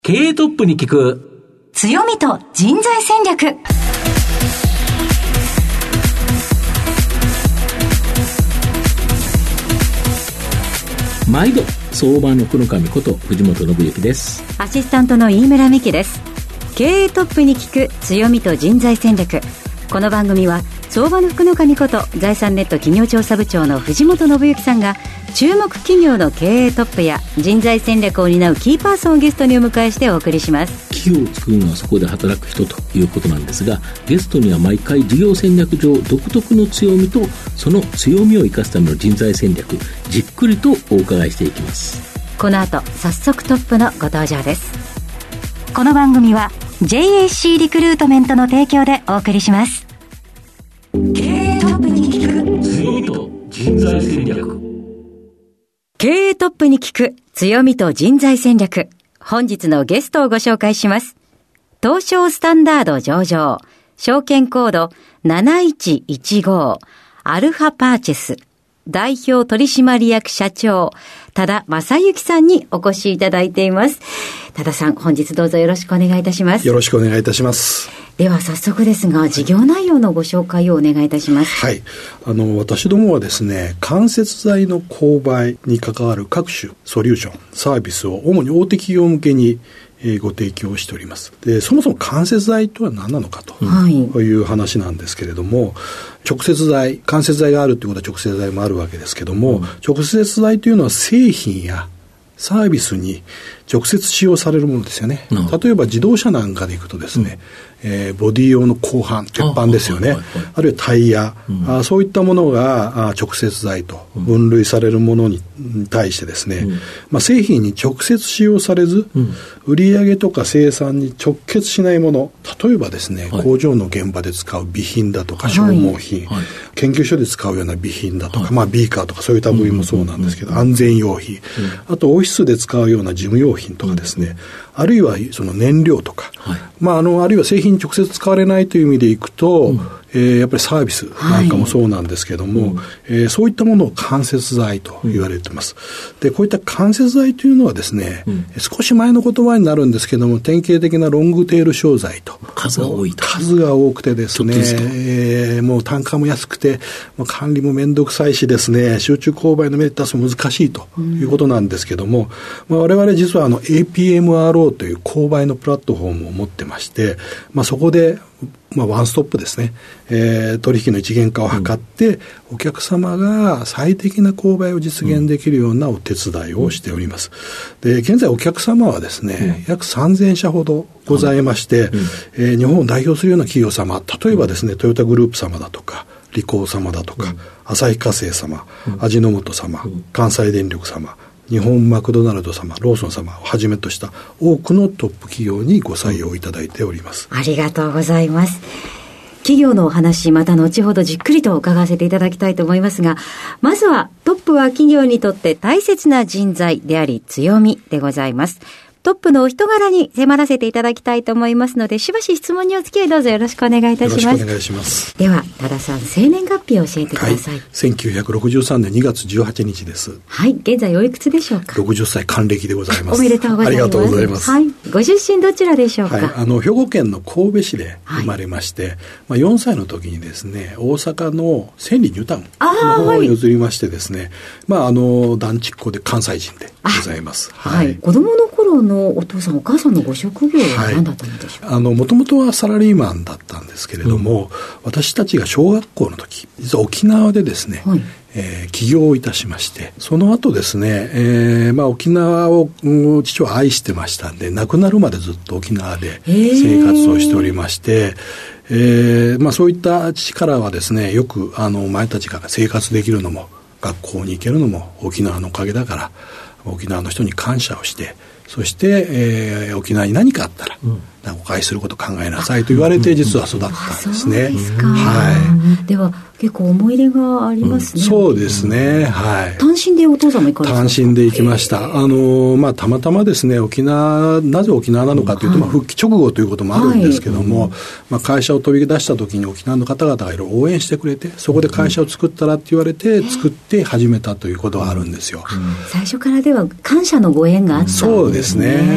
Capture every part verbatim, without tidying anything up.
経営トップに聞く強みと人材戦略。 毎度相場の福の神こと藤本信之です。 アシスタントの飯村美希です。経営トップに聞く強みと人材戦略。この番組は相場の福の神こと財産ネット企業調査部長の藤本信之さんが注目企業の経営トップや人材戦略を担うキーパーソンをゲストにお迎えしてお送りします。 企業を作るのはそこで働く人ということなんですが、ゲストには毎回事業戦略上独特の強みとその強みを生かすための人材戦略、じっくりとお伺いしていきます。 この後早速トップのご登場です。この番組は ジェイエーシー リクルートメントの提供でお送りします。経営トップに聞く強みと人材戦略。 経営トップに聞く強みと人材戦略。本日のゲストをご紹介します。東証スタンダード上場、証券コードなないちいちごアルファパーチェス代表取締役社長多田正幸さんにお越しいただいています。多田さん、本日どうぞよろしくお願いいたします。 よろしくお願いいたします。 では早速ですが、事業内容のご紹介をお願いいたします。 はい、あの私どもはですね、間接材の購買に関わる各種ソリューションサービスを主に大手企業向けにえー、ご提供しております。で、そもそも間接材とは何なのかという話なんですけれども、はい、直接材、間接材があるということは直接材もあるわけですけども、うん、直接材というのは製品やサービスに直接使用されるものですよね。うん、例えば自動車なんかでいくとですね、うん、えー、ボディ用の鋼板、鉄板ですよね。あ, はいはいはい、あるいはタイヤ、うん、あ、そういったものがあ直接材と分類されるものに対してですね、うん、まあ、製品に直接使用されず、うん、売上とか生産に直結しないもの、例えばですね、はい、工場の現場で使う備品だとか消耗品、はいはい、研究所で使うような備品だとか、はい、まあ、ビーカーとかそういった部位もそうなんですけど、うん、安全用品、うん、あとオフィスで使うような事務用品とかですね、うん、あるいはその燃料とか、はい、まあ、あのあるいは製品に直接使われないという意味でいくと、うん、えー、やっぱりサービスなんかもそうなんですけども、はい、えー、そういったものを間接材と言われています。うん、で、こういった間接材というのはですね、うん、少し前の言葉になるんですけども、典型的なロングテール商材と数が多いと数が多くてですね、えー、もう単価も安くて、もう管理もめんどくさいしですね、集中購買のメリットは難しいということなんですけども、うん、まあ、我々実はあの エーピーエムアールオー という購買のプラットフォームを持ってまして、まあ、そこでまあ、ワンストップですね、えー、取引の一元化を図って、うん、お客様が最適な購買を実現できるようなお手伝いをしております。で、現在お客様はですね、うん、約さんぜんしゃほどございまして、うん、えー、日本を代表するような企業様、例えばですね、トヨタグループ様だとかリコー様だとか、うん、旭化成様、うん、味の素様、うん、関西電力様、日本マクドナルド様、ローソン様をはじめとした多くのトップ企業にご採用いただいております。 ありがとうございます。企業のお話、また後ほどじっくりと伺わせていただきたいと思いますが、まずはトップは企業にとって大切な人材であり強みでございます。トップのお人柄に迫らせていただきたいと思いますので、しばし質問にお付き合いどうぞよろしくお願いいたします。 よろしくお願いします。 では多田さん、生年月日を教えてください。はい、 せんきゅうひゃくろくじゅうさんねんにがつじゅうはちにちです。 はい、現在おいくつでしょうか。 ろくじゅっさい還暦でございます。 おめでとうございます。 ありがとうございます。 はい、ご出身どちらでしょうか。 はい、あの兵庫県の神戸市で生まれまして、はい、まあ、よんさいの時にですね、大阪の千里ニュータウンの方に移りましてですね、はい、まあ、あの団地っ子で関西人でございます。 はい、はい、子供の頃のお父さんお母さんのご職業は何だったんでしょうか。 はい、あのもともとはサラリーマンだったんですけれども、うん、私たちが小学校の時、実は沖縄でですね、はい、えー、起業をいたしまして、その後ですね、えーまあ、沖縄を、うん、父は愛してましたんで、亡くなるまでずっと沖縄で生活をしておりまして、えーまあ、そういった父からはですね、よくあのお前たちが生活できるのも学校に行けるのも沖縄のおかげだから、沖縄の人に感謝をして、そして、えー、沖縄に何かあったら、うん、お返しすることを考えなさいと言われて、実は育ったんですね。 そうですか。 はい。 では結構思い入れがありますね。 うん、そうですね。はい。 単身でお父さんも行かれたんですか。 単身で行きました。あのまあたまたまですね、沖縄、なぜ沖縄なのかというと、うん、まあ、復帰直後ということもあるんですけども、はい、まあ、会社を飛び出した時に沖縄の方々がいろいろ応援してくれて、そこで会社を作ったらって言われて、うん、作って始めたということがあるんですよ。 うん、最初からでは感謝のご縁があったんですね。 そうですね。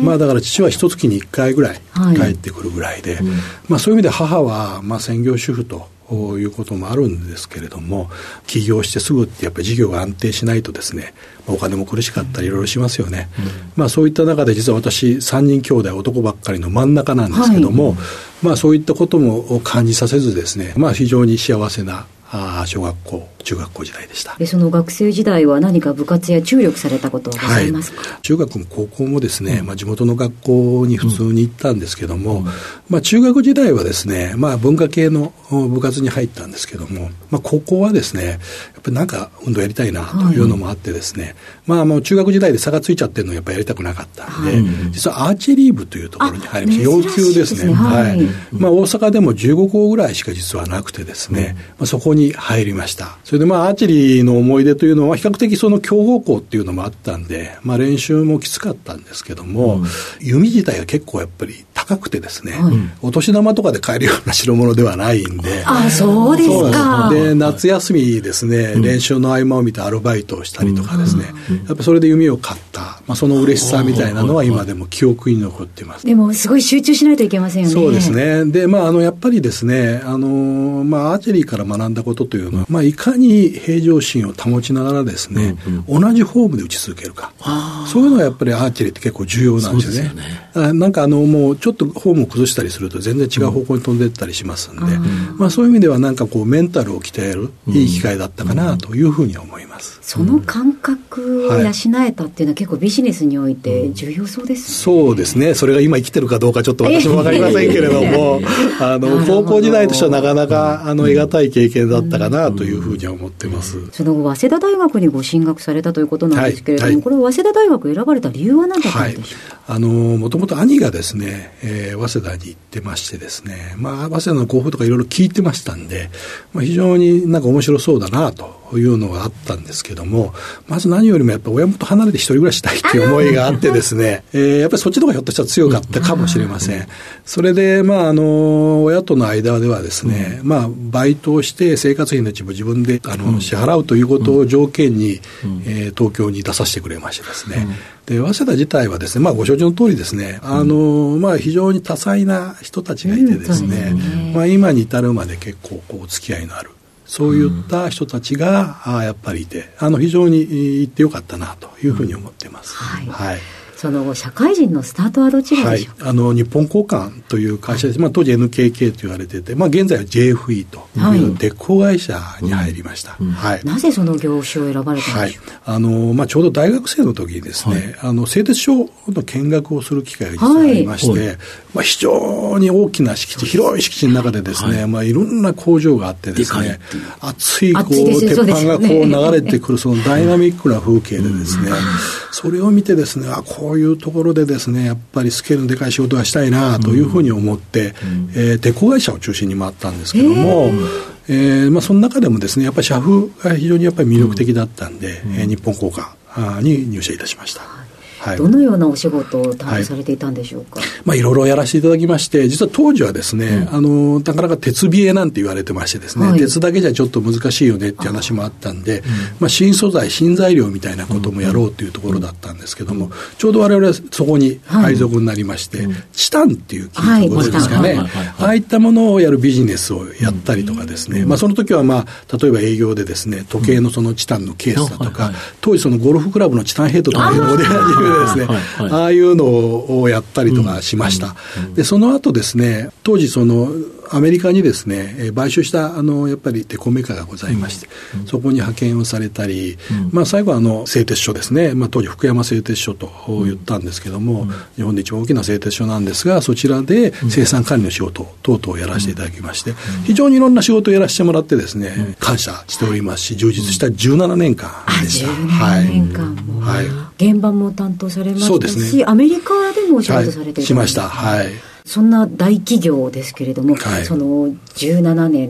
まあだから父は一月にいっかいぐらい帰ってくるぐらいで、はい、まあそういう意味で母はまあ専業主婦ということもあるんですけれども、起業してすぐってやっぱり事業が安定しないとですね、お金も苦しかったりいろいろしますよね、うん、まあそういった中で実は私さんにん兄弟男ばっかりの真ん中なんですけども、はい、まあそういったことも感じさせずですね、まあ非常に幸せなあ小学校中学校時代でした。 でその学生時代は何か部活や注力されたことはございますか？ はい、中学も高校もですね、うんまあ、地元の学校に普通に行ったんですけども、うんまあ、中学時代はですね、まあ、文化系の部活に入ったんですけども、まあ、高校はですねやっぱりなんか運動やりたいなというのもあってですね、はい、まあもう中学時代で差がついちゃってるのをやっぱりやりたくなかったんで、はい、実はアーチェリー部というところに入りました。よん級ですね、はいはいまあ、大阪でもじゅうごこぐらいしか実はなくてですね、うんまあ、そこに入りました。それでまあアーチェリーの思い出というのは比較的その強豪校っていうのもあったんで、まあ、練習もきつかったんですけども、うん、弓自体が結構やっぱり高くてですね、はい、お年玉とかで買えるような代物ではないんで、 あそうですか。 で夏休みですね、うん、練習の合間を見てアルバイトをしたりとかですね、うん、やっぱそれで弓を買った、まあ、その嬉しさみたいなのは今でも記憶に残っています。 でもすごい集中しないといけませんよね。 そうですね。で、まあ、あのやっぱりですね、あのまあ、アーチェリーから学んだことというのは、まあ、いかに平常心を保ちながらですね、うんうん、同じフォームで打ち続けるか、そういうのがやっぱりアーチェリーって結構重要なんですよね。そうですよね。なんかあのもうちょっとフォームを崩したりすると全然違う方向に飛んでいったりしますんで、うんまあ、そういう意味ではなんかこうメンタルを鍛えるいい機会だったかなというふうに思います。 その感覚を養えたっていうのは結構ビジネスにおいて重要そうですね。 そうですね。それが今生きてるかどうかちょっと私も分かりませんけれどもあの高校時代としてはなかなかあの得難い経験だったかなというふうには思ってます。 その後早稲田大学にご進学されたということなんですけれども、はいはい、これは早稲田大学選ばれた理由は何だったんでしょうか？ はい、あのもともと兄がですね、えー、早稲田に行ってましてですね、まあ、早稲田の候補とかいろいろ聞いてましたんで、まあ、非常になんか面白そうだなというのがあったんですけども、まず何よりもやっぱり親元離れて一人暮らししたいっていう思いがあってですね、えー、やっぱりそっちの方がひょっとしたら強かったかもしれません。それで、まあ、あの親との間ではですね、まあ、バイトをして生活費の一部自分であの支払うということを条件に、えー、東京に出させてくれましてですね、で早稲田自体はですね、まあ、ご承知の通りですね、あの、まあ、非常に多彩な人たちがいてですね、うん、まあ、今に至るまで結構こう付き合いのあるそういった人たちが、うん、やっぱりいて、あの非常に行ってよかったなというふうに思っています。 うん、はい、はい。その後社会人のスタートはどちらでしょうか？ はい、あの日本交換という会社です、まあ、当時 エヌケーケー と言われてて、まあ、現在は ジェイエフイー という鉄鋼会社に入りました。はいうんはい、なぜその業種を選ばれたんでしょうか？はい、あのまあ、ちょうど大学生の時にですね、はい、あの製鉄所の見学をする機会が実はありまして、はい、まあ、非常に大きな敷地、広い敷地の中でですね、はい、まあ、いろんな工場があってですね、熱いこう鉄板がこう流れてくるそのダイナミックな風景でですね、それを見てですね、あ、こういうところでですね、やっぱりスケールのでかい仕事がしたいなというふうに思って、うんえー、鉄鋼会社を中心に回ったんですけども、えーえーまあ、その中でもですね、やっぱり社風が非常にやっぱり魅力的だったんで、うんえー、日本工科に入社いたしました。はい、 どのようなお仕事を担当されていたんでしょうか？はい、 まあ、いろいろやらせていただきまして、実は当時はですね、うん、あのなかなか鉄冷えなんて言われてましてですね、はい、鉄だけじゃちょっと難しいよねっていう話もあったんで、うんまあ、新素材新材料みたいなこともやろうというところだったんですけども、うん、ちょうど我々はそこに配属になりまして、はい、チタンっていう金属ですかね、はいはいはいはい、ああいったものをやるビジネスをやったりとかですね、うんまあ、その時は、まあ、例えば営業でですね、時計のそのチタンのケースだとか、うん、当時そのゴルフクラブのチタンヘッドとかいうので始めですね、はいはい、ああいうのをやったりとかしました。うんうん、でその後ですね、当時そのアメリカにですね、買収したあのやっぱり鉄鋼メーカーがございまして、うん、そこに派遣をされたり、うんまあ、最後はあの製鉄所ですね、まあ、当時福山製鉄所と言ったんですけども、うん、日本で一番大きな製鉄所なんですが、そちらで生産管理の仕事等々をやらせていただきまして、うん、非常にいろんな仕事をやらせてもらってですね、うん、感謝しておりますし、充実したじゅうななねんかんでした。 あ、じゅうななねんかんも、はい、現場も担当されましたし、ね、アメリカでもお仕事されていたんです、ね、はい、 しました。はい。 そんな大企業ですけれども、はい、そのじゅうななねん経っ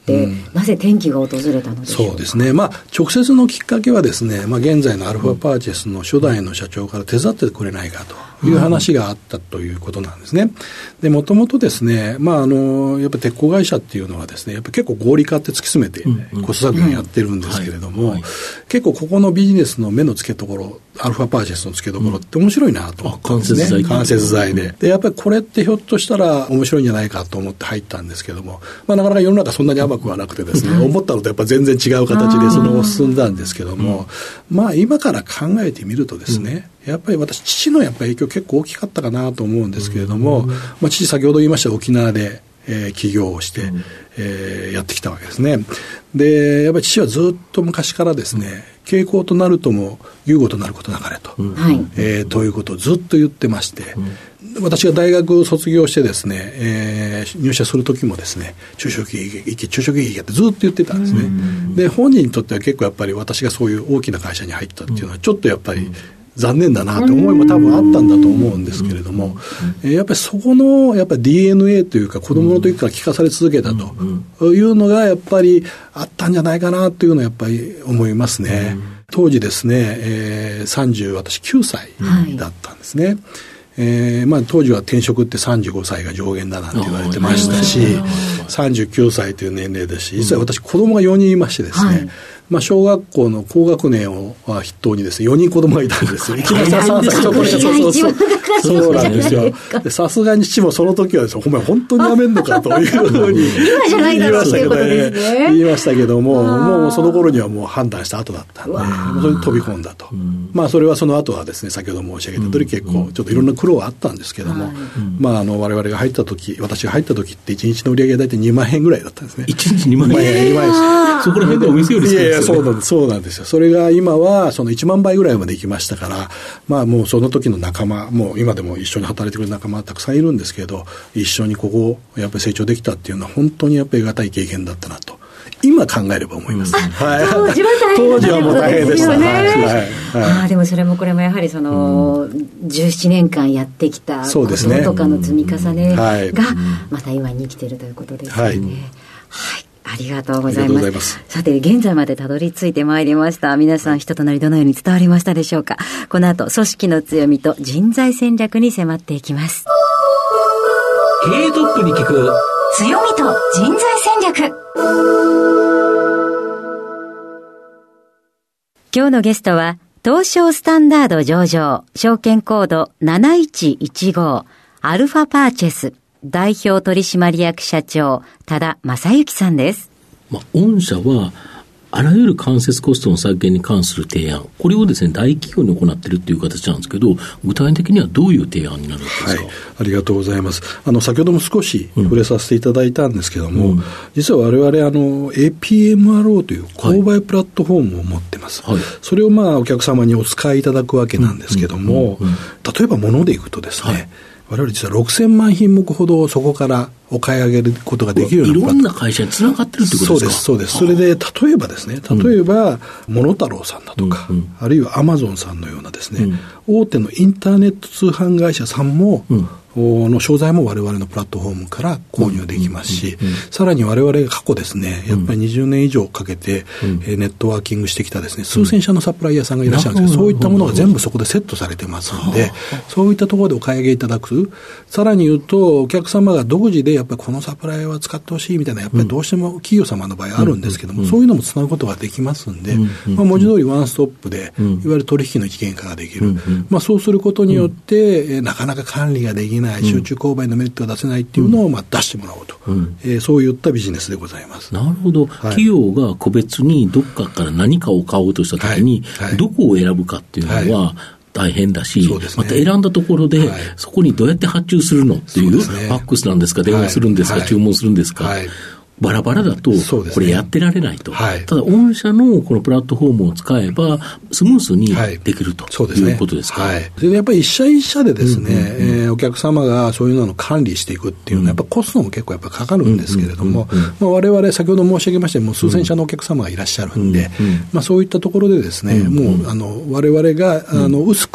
て、うん、なぜ転機が訪れたのでしょうか。 そうですね、まあ、直接のきっかけはですね、まあ、現在のアルファパーチェスの初代の社長から手伝ってくれないかという話があったということなんですね。で、もともとですね、まあ、あのやっぱり鉄鋼会社っていうのはですね、やっぱ結構合理化って突き詰めてコスト削減やってるんですけれども、結構ここのビジネスの目の付けどころ、アルファパーチェスの付けどころって面白いなと思ったんですね。うん、間接材で。で、やっぱりこれってひょっとしたら面白いんじゃないかと思って入ったんですけども、まあ、なかなか世の中そんなに甘くはなくてですね、思ったのとやっぱ全然違う形でその後進んだんですけども、まあ今から考えてみるとですね、うん、やっぱり私父のやっぱり影響結構大きかったかなと思うんですけれども、うん、まあ、父先ほど言いました沖縄で、えー、起業をして、うん、えー、やってきたわけですね。で、やっぱり父はずっと昔からですね、傾向となるとも優吾となることなかれと、うん、えー、ということをずっと言ってまして、うん、私が大学を卒業してですね、えー、入社する時もですね、中小企業行け中小企業行けってずっと言ってたんですね、うん、で本人にとっては結構やっぱり私がそういう大きな会社に入ったっていうのはちょっとやっぱり、うん、残念だなと思いも多分あったんだと思うんですけれども、えー、やっぱりそこのやっぱり ディーエヌエー というか子供の時から聞かされ続けたというのがやっぱりあったんじゃないかなというのはやっぱり思いますね。当時ですね、えー、さんじゅう私きゅうさいだったんですね。はい、えーまあ、当時は転職ってさんじゅうごさいが上限だなんて言われてましたし、さんじゅうきゅうさいという年齢ですし、実は私子供がよにんいましてですね、はい、まあ、小学校の高学年を筆頭にですね、よにん子供がいたんですよ。いきなりさんさい、そうそうそう。そうなんですよ。さすがに父もその時はですね、お前本当にやめんのかというふうに今じゃないだろうっていうことですね。 言いましたけども、もうその頃にはもう判断した後だったんで、それに飛び込んだと。まあそれはその後はですね、先ほど申し上げた通り結構ちょっといろんな苦労はあったんですけども、まああの我々が入った時、私が入った時っていちにちの売り上げが大体にまんえんぐらいだったんですね。 いちにちにまんえん。にまんえん。そこら辺でお店より少ないですよね。いやいや、そうなんです。そうなんですよ。それが今はそのいちまんばいぐらいまで行きましたから、まあもうその時の仲間、もう今でも一緒に働いてくれる仲間はたくさんいるんですけど、一緒にここをやっぱり成長できたっていうのは本当にやっぱり得難い経験だったなと。今考えれば思います。うん、 はい、当時は大変当時はもう大変でしたね。はいはい、あでもそれもこれもやはりその、うん、じゅうななねんかんやってきたこととかの積み重ねがまた今に生きているということですよね。はい、はい、ありがとうございます。ますさて、現在までたどり着いてまいりました。皆さん、人となりどのように伝わりましたでしょうか。この後、組織の強みと人材戦略に迫っていきます。 経営トップに聞く強みと人材戦略。今日のゲストは、東証スタンダード上場、証券コードなないちいちご、アルファパーチェス。代表取締役社長、多田正幸さんです。 まあ、御社は、あらゆる間接コストの削減に関する提案、これをですね、大企業に行っているという形なんですけど、具体的にはどういう提案になるんですか。はい、 ありがとうございます。あの、先ほども少し触れさせていただいたんですけども、うん、実は我々、あの、エーピーエムアールオー という購買プラットフォームを持ってます。はい、それをまあ、お客様にお使いいただくわけなんですけども、例えば物でいくとですね、はい、我々実はろくせんまんひんもくほどそこからお買い上げることができるような。 いろんな会社につながってるってことですか。 そうです、そうです。それで、例えばですね、例えば、モノタロウさんだとか、うんうん、あるいはアマゾンさんのようなですね、うん、大手のインターネット通販会社さんも、うんの商材も我々のプラットフォームから購入できますし、うんうんうんうん、さらに我々が過去ですね、やっぱりにじゅうねん以上かけて、うん、えー、ネットワーキングしてきたですね、数千社のサプライヤーさんがいらっしゃるんですけど、うん、そういったものが全部そこでセットされてますので、そういったところでお買い上げいただく。さらに言うと、お客様が独自でやっぱりこのサプライヤーは使ってほしいみたいな、やっぱりどうしても企業様の場合あるんですけども、うん、そういうのもつなぐことができますんで、うん、まあ、文字通りワンストップで、いわゆる取引の一元化ができる。うん、まあ、そうすることによって、うん、なかなか管理ができない、集中購買のメリットが出せないっていうのをまあ出してもらおうと、うん、えー、そういったビジネスでございます。 なるほど、はい、企業が個別にどっかから何かを買おうとしたときに、はいはい、どこを選ぶかっていうのは、はい、大変だし、ね、また選んだところで、はい、そこにどうやって発注するのっていう、ファックスなんですか、電話するんですか、はい、注文するんですか、はい、バラバラだとこれやってられないと、ね、はい、ただ御社のこのプラットフォームを使えばスムースにできると、はい、そうですね、いうことですか。 はい、それでやっぱり一社一社でですね、うんうんうん、えー、お客様がそういうのを管理していくっていうのはやっぱコストも結構やっぱかかるんですけれども、まあ、我々先ほど申し上げましたようにもう数千社のお客様がいらっしゃるんで、うんうんうん、まあ、そういったところでですね、うんうん、もうあの我々があの薄く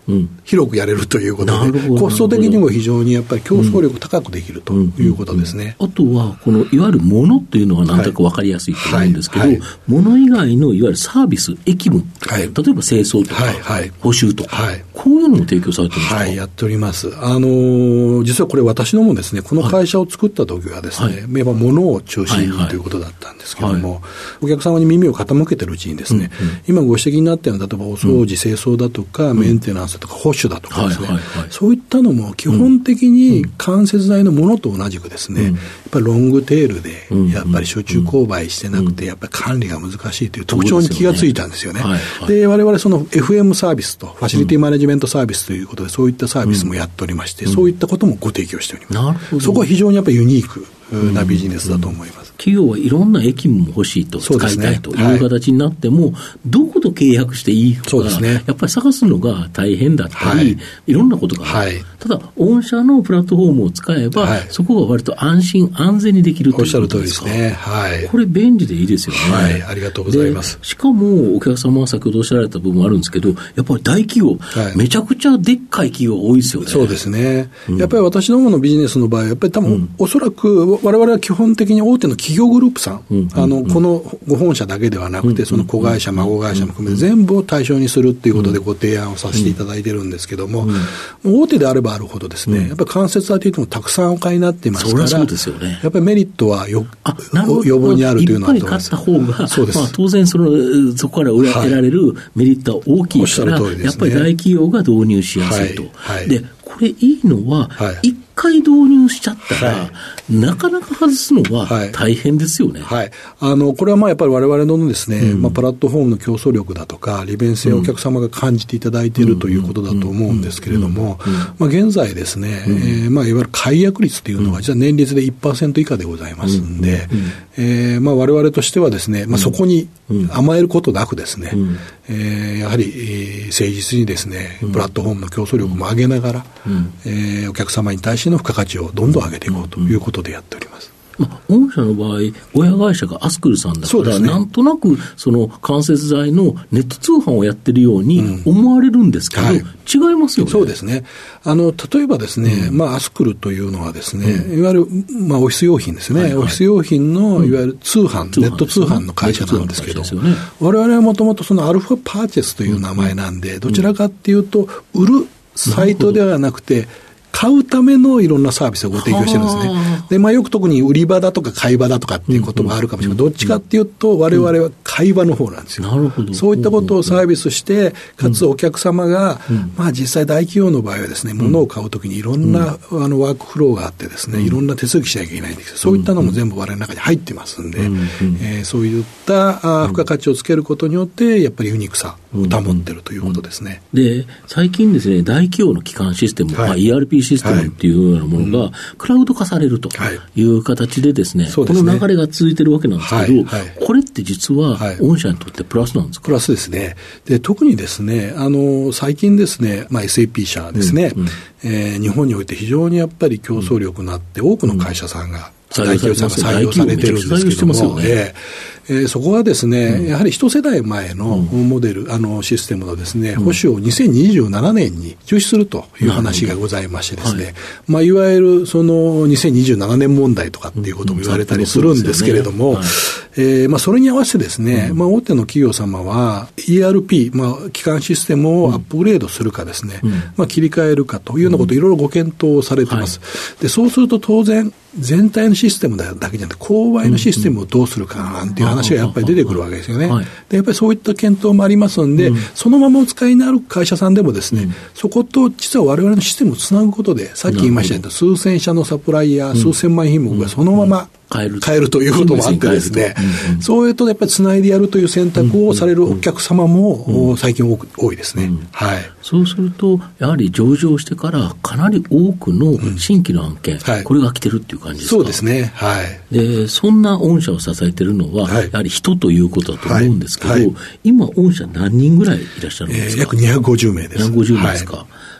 うん、広くやれるということで、コスト的にも非常にやっぱり競争力高くできるということですね。 うんうんうんうん、あとはこのいわゆる物というのは何となく分かりやすいと思うんですけど、はいはいはい、物以外のいわゆるサービス、役務、はい、例えば清掃とか、はいはい、補修とか、はい、こういうのも提供されてるんですか？ はい、やっております。あのー、実はこれ私どもですね、この会社を作った時はですね、はい、やっぱ物を中心にということだったんですけども、はいはい、お客様に耳を傾けてるうちにですね、うんうん、今ご指摘になったような例えばお掃除、清掃だとか、うん、メンテナンスだとか保守だとかですね、はいはいはい、そういったのも基本的に間接材のものと同じくですね、うん、やっぱりロングテールでやっぱり集中購買してなくて、やっぱり管理が難しいという特徴に気がついたんですよね。で、はいはい、我々その エフエム サービスとファシリティマネジメントサービスということで、そういったサービスもやっておりまして、うん、そういったこともご提供しております。なるほど。そこは非常にやっぱりユニークなビジネスだと思います。うんうん、 企業はいろんな役務も欲しいと、使いたいという形になっても、はい、どこと契約していいか、ね、やっぱり探すのが大変だったり、はい、いろんなことがある、はい、ただ御社のプラットフォームを使えば、はい、そこが割と安心安全にできるということですか？おっしゃる通りですね。はい、これ便利でいいですよね。 はい、ありがとうございます。 しかもお客様は先ほどおっしゃられた部分もあるんですけど、やっぱり大企業、はい、めちゃくちゃでっかい企業多いですよね。 そうですね、うん、やっぱり私どものビジネスの場合、やっぱり多分、うん、おそらく我々は基本的に大手の企業グループさん、うん、あのこのご本社だけではなくて、うん、その子会社、孫会社も含めて全部を対象にするということでご提案をさせていただいているんですけども、うん、大手であればあるほどですね、やっぱり間接材といってもたくさんお買いになっていますから、 そうですよね、 やっぱりメリットはよ予防にあるというのは、 いっぱい買った方が、そうです、まあ、当然そのそこから得られるメリットは大きいから、はい、やっぱり大企業が導入しやすいと、はいはい、でこれいいのは、はい、一回導入しちゃったら、はい、なかなか外すのは大変ですよね。 はいはい、あのこれはまあやっぱり我々のですね、うん、まあ、プラットフォームの競争力だとか利便性をお客様が感じていただいている、うん、ということだと思うんですけれども、まあ、現在ですね、うん、えーまあ、いわゆる解約率というのが実は年率で いちパーセント 以下でございますんで、うんうん、えーまあ、我々としてはですね、まあ、そこに甘えることなくですね、うん、えー、やはり、えー、誠実にですね、プラットフォームの競争力も上げながら、うん、えー、お客様に対しての付加価値をどんどん上げていこうということでやっております。 まあ、御社の場合、親会社がアスクルさんだから、ね、なんとなくその間接材のネット通販をやってるように思われるんですけど、うん、はい、違いますよね。 そうですね。あの例えばですね、うん、まあ、アスクルというのはですね、うん、いわゆる、まあ、オフィス用品ですね、はいはい、オフィス用品のいわゆる通販、うん、ネット通販の会社なんですけど、ね、我々はもともとそのアルファパーチェスという名前なんで、うん、どちらかっていうと売るサイトではなくて、買うためのいろんなサービスをご提供してるんですね。で、まあ、よく特に売り場だとか買い場だとかっていうこともあるかもしれない。どっちかっていうと、我々は買い場の方なんですよ。なるほど。そういったことをサービスして、かつお客様が、まあ、実際大企業の場合はですね、物を買うときにいろんなあのワークフローがあってですね、いろんな手続きしなきゃいけないんですけど、そういったのも全部我々の中に入ってますんで、えー、そういったあ付加価値をつけることによって、やっぱりユニークさを保ってるということですね。 で、最近ですね、大企業の基幹システム、はい、まあ、イーアールピーシステムっていうようなものがクラウド化されるという形でですね、はい、この流れが続いてるわけなんですけど、はいはい、これって実は御社にとってプラスなんですか？ プラスですね。で、特にですね、あの最近ですね、まあ、エスエーピー 社ですね、うんうん、えー、日本において非常にやっぱり競争力になって多くの会社さんが、うん、大企業さんが採用されてるんですけども、えーえー、そこはですね、うん、やはり一世代前のモデル、うん、あのシステムのですね、保守をにせんにじゅうななねんに中止するという話がございましてですね、はい、まあ、いわゆるそのにせんにじゅうななねん問題とかっていうことも言われたりするんですけれども、えーまあ、それに合わせてですね、うん、まあ、大手の企業様は イーアールピー、まあ、基幹システムをアップグレードするかですね、うん、まあ、切り替えるかというようなことをいろいろご検討されています、はい、でそうすると当然全体のシステムだけじゃなくて購買のシステムをどうするかなんていう話がやっぱり出てくるわけですよね。でやっぱりそういった検討もありますので、うん、そのままお使いになる会社さんでもですね、うん、そこと実は我々のシステムをつなぐことで、さっき言いましたように数千社のサプライヤー、数千万品目がそのまま変える、変えるということもあってですね、うんうん、そういうとやっぱりつないでやるという選択をされるお客様も最近多いですね、うんうん、はい、 そうするとやはり上場してからかなり多くの新規の案件、うん、はい、これが来てるっていう感じですか？ そうですね、はい、 でそんな御社を支えているのは、はい、やはり人ということだと思うんですけど、はいはい、今御社何人ぐらいいらっしゃるんですか？ えー、約にひゃくごじゅうめいです。 にひゃくごじゅうめいですか、はい。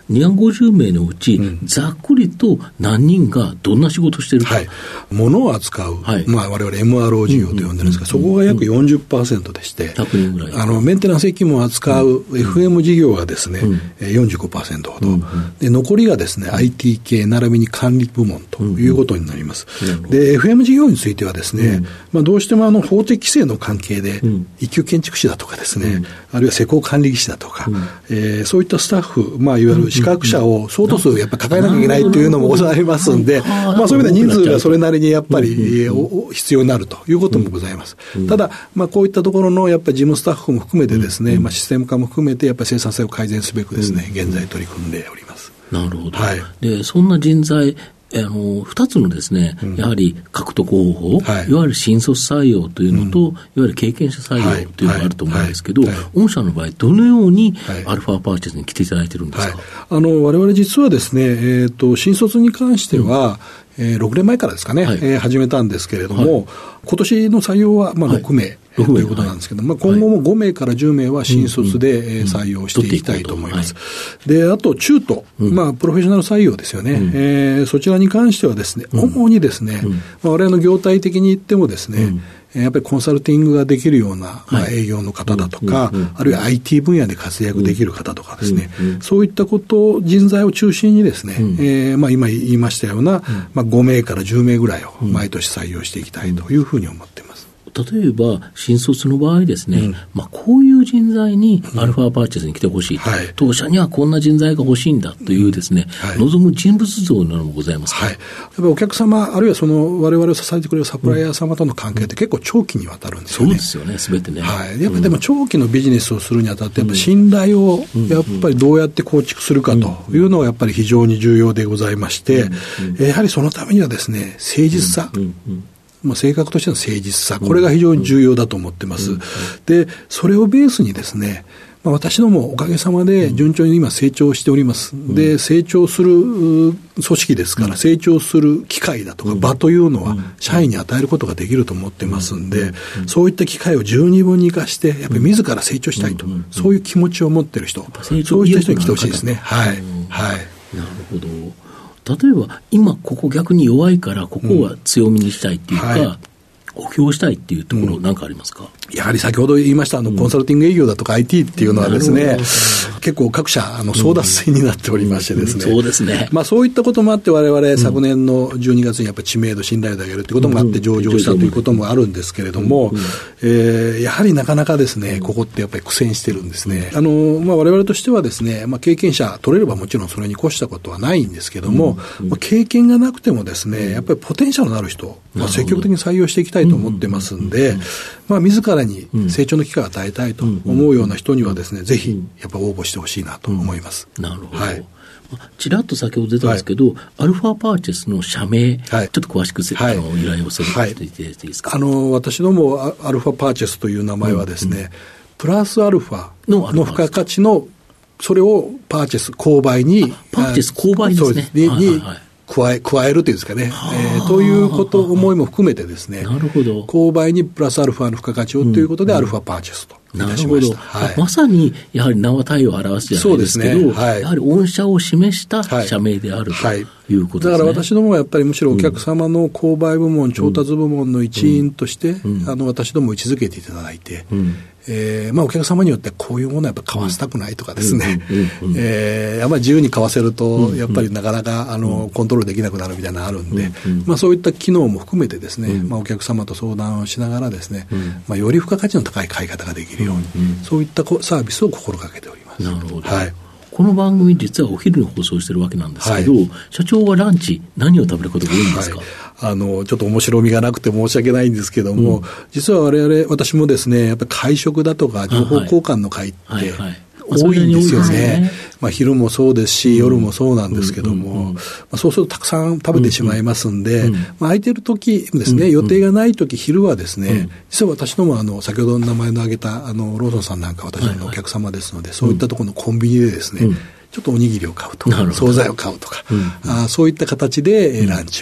にひゃくごじゅうめいのうち、うん、ざっくりと何人がどんな仕事をしているか、はい、 物を扱う、はい、まあ、我々 エムアールオー 事業と呼んでるんですが、そこが約 よんじゅっパーセント でして、ひゃくにんぐらいあのメンテナンス機器も扱う エフエム 事業がですね、うん、よんじゅうごパーセント ほど、うん、で残りがですね アイティー 系並びに管理部門ということになります、うん、で エフエム 事業についてはですね、うんまあ、どうしてもあの法的規制の関係で、うん、一級建築士だとかですね、うん、あるいは施工管理技師だとか、うんえー、そういったスタッフ、まあ、いわゆる資格者を相当数やっぱり抱えなきゃいけないというのもございますんで、まあ、そういう意味では人数がそれなりにやっぱり、うん、必要になるということもございます、うん、ただ、まあ、こういったところのやっぱり事務スタッフも含めてですね、うんまあ、システム化も含めてやっぱり生産性を改善すべくですね、うん、現在取り組んでおります。 なるほど、はい、でそんな人材あのふたつのですね、うん、やはり獲得方法、はい、いわゆる新卒採用というのと、うん、いわゆる経験者採用というのがあると思うんですけど、はいはいはい、御社の場合どのようにアルファパーチェスに来ていただいているんですか。 はい、あの我々実はですね、えーと、新卒に関しては、うんえー、ろくねんまえからですかね、はいえー、始めたんですけれども、はい、今年の採用はまあろくめい、はいということなんですけど、はいまあ、今後もごめいからじゅうめいは新卒で、はい、採用していきたいと思います。うんうん、で、あと中途、うんまあ、プロフェッショナル採用ですよね、うんえー、そちらに関してはですね、うん、主にですね、うんまあ、我々の業態的に言ってもですね、うんやっぱりコンサルティングができるような、まあ、営業の方だとか、はいうんうんうん、あるいは アイティー 分野で活躍できる方とかですね、うんうん、そういったこと人材を中心にですね、うんえーまあ、今言いましたような、うんまあ、ごめいからじゅうめいぐらいを毎年採用していきたいというふうに思っています。 例えば新卒の場合ですね、うんまあ、こういう人材にアルファパーチェスに来てほしいと、うんはい、当社にはこんな人材が欲しいんだというですね、うんはい、望む人物像などもございますか。 はい、やっぱりお客様あるいはその我々を支えてくれるサプライヤー様との関係って結構長期にわたるんですよね。 そうですよね、すべてね、 はい、やっぱりでも長期のビジネスをするにあたってやっぱ信頼をやっぱりどうやって構築するかというのがやっぱり非常に重要でございまして、やはりそのためにはですね誠実さ、うんうんうんまあ、性格としての誠実さ、これが非常に重要だと思ってます。で、それをベースにですね、まあ、私どもおかげさまで順調に今成長しております。で、成長する組織ですから、成長する機会だとか場というのは社員に与えることができると思ってますんで、そういった機会を十二分に生かして、やっぱり自ら成長したいと、そういう気持ちを持っている人、そういった人に来てほしいですね。はい。はい。 なるほど。例えば今ここ逆に弱いからここは強みにしたいっていうか、うんはい補強したいっていうところ何かありますか。 うん、やはり先ほど言いましたあの、うん、コンサルティング営業だとか アイティー っていうのはですね、結構各社あの争奪戦になっておりましてですね、 うんうん、そうですね、 まあ、そういったこともあって我々昨年のじゅうにがつにやっぱり知名度信頼度を上げるということもあって上場したということもあるんですけれども、うんうんえー、やはりなかなかですねここってやっぱり苦戦してるんですね。あの、まあ、我々としてはですね、まあ、経験者取れればもちろんそれに越したことはないんですけども、うんうんまあ、経験がなくてもですねやっぱりポテンシャルのある人、まあ、積極的に採用していきたいと思ってますんで、まあ、自らに成長の機会を与えたいと思うような人にはですね、ぜひやっぱ応募してほしいなと思います。 うん、なるほど。はい、ちらっと先ほど出たんですけど、はい、アルファパーチェスの社名、はい、ちょっと詳しく、はい、あの依頼をさせていただいていいですか。 はい、あの私どもアルファパーチェスという名前はですね、うんうん、プラスアルファの付加価値のそれをパーチェス購買にパーチェス購買ですね。 に、はいはいはい加え、加えるというんですかね、えー、ということ思いも含めてですね、 なるほど。 購買にプラスアルファの付加価値をということで、うん、アルファパーチェスといたしました。 はい、まさにやはり名は体を表すじゃないですけど、そうですね、はい、やはり御社を示した社名である、はい、ということですね。だから私どもはやっぱりむしろお客様の購買部門、うん、調達部門の一員として、うん、あの私どもを位置づけていただいて、うんえーまあ、お客様によってこういうものはやっぱ買わせたくないとかですね、うんうんうんえー、あんまり自由に買わせるとやっぱりなかなかあのコントロールできなくなるみたいなのがあるんで、うんうんまあ、そういった機能も含めてですね、うんまあ、お客様と相談をしながらですね、うんまあ、より付加価値の高い買い方ができるように、うんうん、そういったサービスを心がけております。 なるほど、 はい、 この番組実はお昼に放送してるわけなんですけど、はい、社長はランチ何を食べることが多いんですか。はいあのちょっと面白みがなくて申し訳ないんですけども、うん、実は我々私もですねやっぱり会食だとか情報交換の会って多いんですよね。まあ、昼もそうですし、うん、夜もそうなんですけども、うんうんうんまあ、そうするとたくさん食べてしまいますんで、うんうんまあ、空いてる時ですね、うんうん、予定がない時昼はですね、うん、実は私どもあの先ほど名前の挙げたあのローソンさんなんか私のお客様ですので、はいはい、そういったところのコンビニでですね、うん、ちょっとおにぎりを買うとか惣菜を買うとか、うん、あそういった形でランチを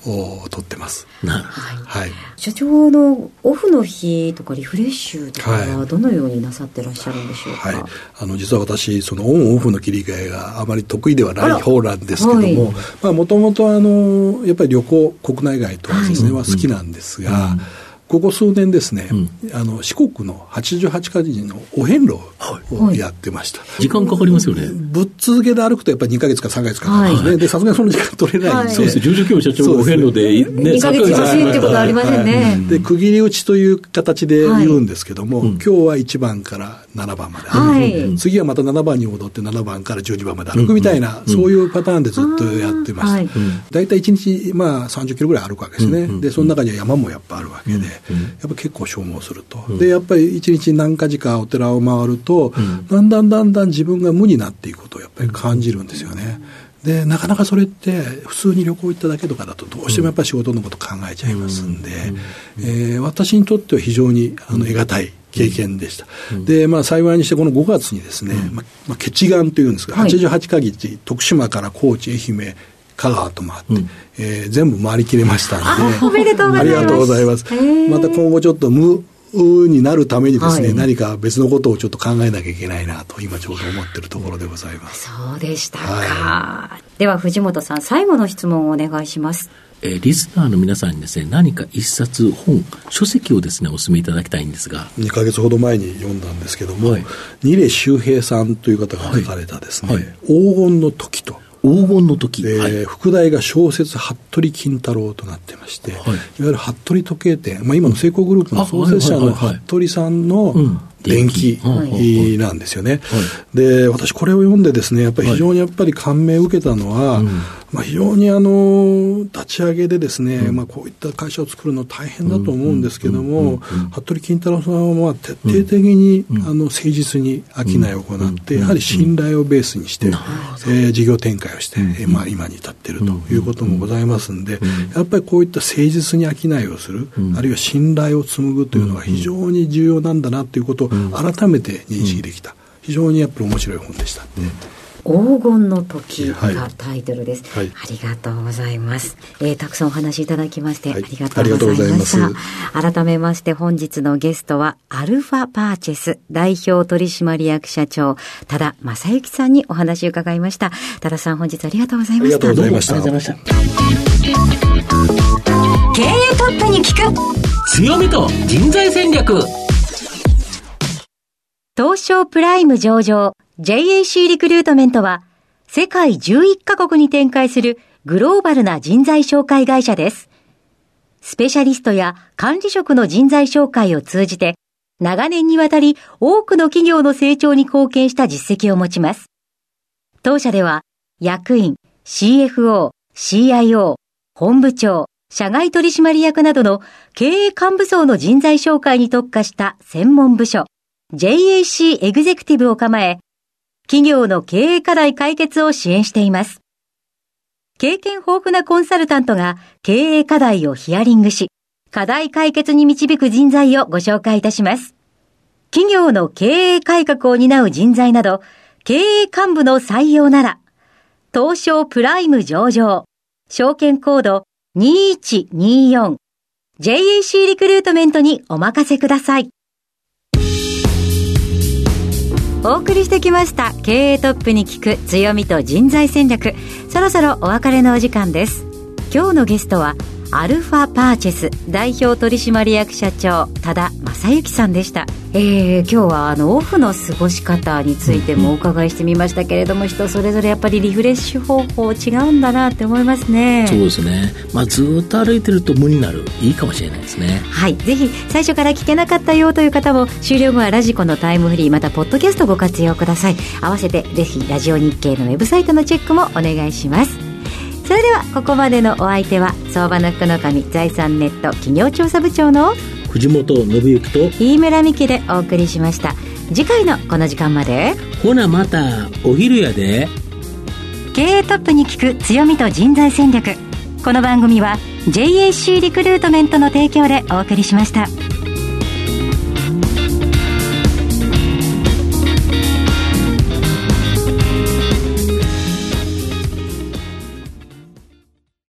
取ってます。 なるほど、 はいはい、社長のオフの日とかリフレッシュとかはどのようになさってらっしゃるんでしょうか。 はいはい、あの実は私そのオンオフの切り替えがあまり得意ではない方なんですけども、もともとやっぱり旅行国内外とですね、はい、は好きなんですが、うん、ここ数年ですね、うん、あの四国のはちじゅうはちかじのお遍路をやってました、はい、 時間かかりますよね。 ぶっ続けで歩くとやっぱりにかげつかさんかげつかかるんですね、はい、でさすがにその時間取れないんで、はい、 そうです。じゅうじゅっキロ社長お遍路で、ね、 にかげつ欲しいってことはありませんね、はい、 で区切り打ちという形で言うんですけども、はい、今日はいちばんからななばんまで歩く、はい、次はまたななばんに戻ってななばんからじゅうにばんまで歩くみたいな、うん、そういうパターンでずっとやってました、はい、だいたいいちにち、まあ、さんじゅっキロぐらい歩くわけですね、うん、でその中には山もやっぱあるわけで、うん、やっぱ結構消耗すると、うん、でやっぱりいちにち何か時かお寺を回ると、うん、だんだんだんだん自分が無になっていくことをやっぱり感じるんですよね。でなかなかそれって普通に旅行行っただけとかだとどうしてもやっぱり仕事のこと考えちゃいますんで、うんえー、私にとっては非常にあの得難い経験でした、うん、で、まあ、幸いにしてこのごがつにですね、うんまあ、結願というんですが、はい、はちじゅうはちかぎち徳島から高知愛媛香川と回って、うんえー、全部回りきれましたのであおめでとうございます。 ありがとうございます。また今後ちょっと無になるためにですね、はい、何か別のことをちょっと考えなきゃいけないなと今ちょうど思っているところでございます。 そうでしたか、 はい、 では藤本さん最後の質問をお願いします。 えー、リスナーの皆さんにですね何か一冊本書籍をですねお勧めいただきたいんですが、 にかげつほど前に読んだんですけども、はい、二礼周平さんという方が書かれたですね、はいはい、黄金の時と黄金の時、 えーはい、副題が小説服部金太郎となってまして、はい、いわゆる服部時計店、まあ、今のセイコーグループの創設者の服部さんの伝記なんですよね、はい、で私これを読んでですねやっぱり非常にやっぱり感銘を受けたのは、はいまあ、非常にあの立ち上げでですね、うんまあ、こういった会社を作るの大変だと思うんですけども、服部金太郎さんは徹底的に、うん、あの誠実に商いを行って、うん、やはり信頼をベースにして、うんえー、事業展開をして、うんえーまあ、今に至っているということもございますんで、うん、やっぱりこういった誠実に商いをする、うん、あるいは信頼を紡ぐというのが非常に重要なんだなということを改めて認識できた、非常にやっぱり面白い本でした、うん黄金の時がタイトルです、はい、ありがとうございます、えー、たくさんお話しいただきまして、はい、ありがとうございました。改めまして本日のゲストはアルファパーチェス代表取締役社長多田正幸さんにお話を伺いました。多田さん本日ありがとうございました。 ありがとうございました。 ありがとうございました。 経営トップに聞く強みと人材戦略、 東証プライム上場ジェイエーシー リクルートメントは世界じゅういっかこくに展開するグローバルな人材紹介会社です。スペシャリストや管理職の人材紹介を通じて長年にわたり多くの企業の成長に貢献した実績を持ちます。当社では役員、シーエフオー、シーアイオー、本部長、社外取締役などの経営幹部層の人材紹介に特化した専門部署ジェイエーシー エグゼクティブを構え、企業の経営課題解決を支援しています。経験豊富なコンサルタントが経営課題をヒアリングし、課題解決に導く人材をご紹介いたします。企業の経営改革を担う人材など、経営幹部の採用なら、東証プライム上場、証券コードにいちによん、ジェイエーシー リクルートメントにお任せください。お送りしてきました経営トップに聞く強みと人材戦略、そろそろお別れのお時間です。今日のゲストはアルファパーチェス代表取締役社長多田正幸さんでした。えー、今日はあのオフの過ごし方についてもお伺いしてみましたけれども、人それぞれやっぱりリフレッシュ方法違うんだなって思いますね。 そうですね、まあ、ずっと歩いてると無になる、いいかもしれないですね。 はい、ぜひ最初から聞けなかったよという方も終了後はラジコのタイムフリーまたポッドキャストご活用ください。合わせてぜひラジオ日経のウェブサイトのチェックもお願いします。それではここまでのお相手は相場の福の神財産ネット企業調査部長の藤本信之と飯村美希でお送りしました。次回のこの時間まで、 ほなまたお昼やで。 経営トップに聞く強みと人材戦略、この番組は ジェイエーシー リクルートメントの提供でお送りしました。